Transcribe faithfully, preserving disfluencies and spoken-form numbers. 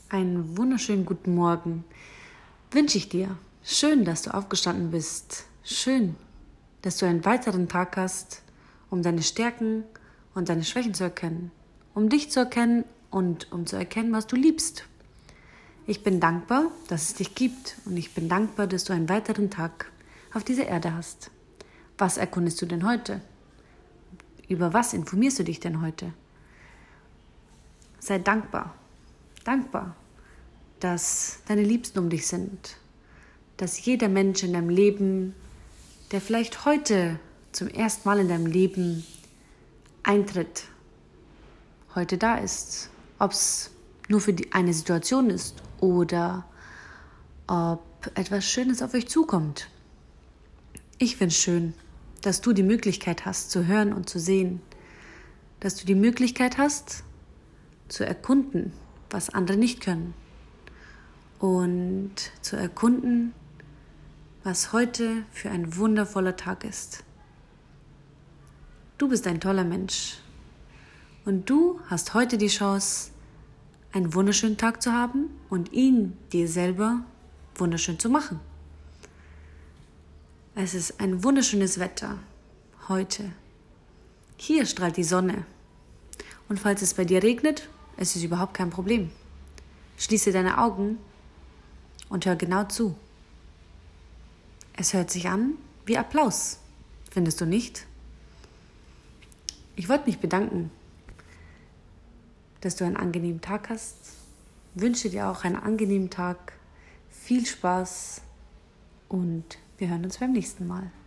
Einen wunderschönen guten Morgen wünsche ich dir. Schön, dass du aufgestanden bist. Schön, dass du einen weiteren Tag hast, um deine Stärken und deine Schwächen zu erkennen, um dich zu erkennen und um zu erkennen, was du liebst. Ich bin dankbar, dass es dich gibt und ich bin dankbar, dass du einen weiteren Tag auf dieser Erde hast. Was erkundest du denn heute? Über was informierst du dich denn heute? Sei dankbar. Dankbar, dass deine Liebsten um dich sind, dass jeder Mensch in deinem Leben, der vielleicht heute zum ersten Mal in deinem Leben eintritt, heute da ist. Ob es nur für die eine Situation ist oder ob etwas Schönes auf euch zukommt. Ich finde es schön, dass du die Möglichkeit hast, zu hören und zu sehen, dass du die Möglichkeit hast, zu erkunden, was andere nicht können und zu erkunden, was heute für ein wundervoller Tag ist. Du bist ein toller Mensch und du hast heute die Chance, einen wunderschönen Tag zu haben und ihn dir selber wunderschön zu machen. Es ist ein wunderschönes Wetter heute. Hier strahlt die Sonne und falls es bei dir regnet, es ist überhaupt kein Problem. Schließe deine Augen und hör genau zu. Es hört sich an wie Applaus, findest du nicht? Ich wollte mich bedanken, dass du einen angenehmen Tag hast. Wünsche dir auch einen angenehmen Tag, viel Spaß und wir hören uns beim nächsten Mal.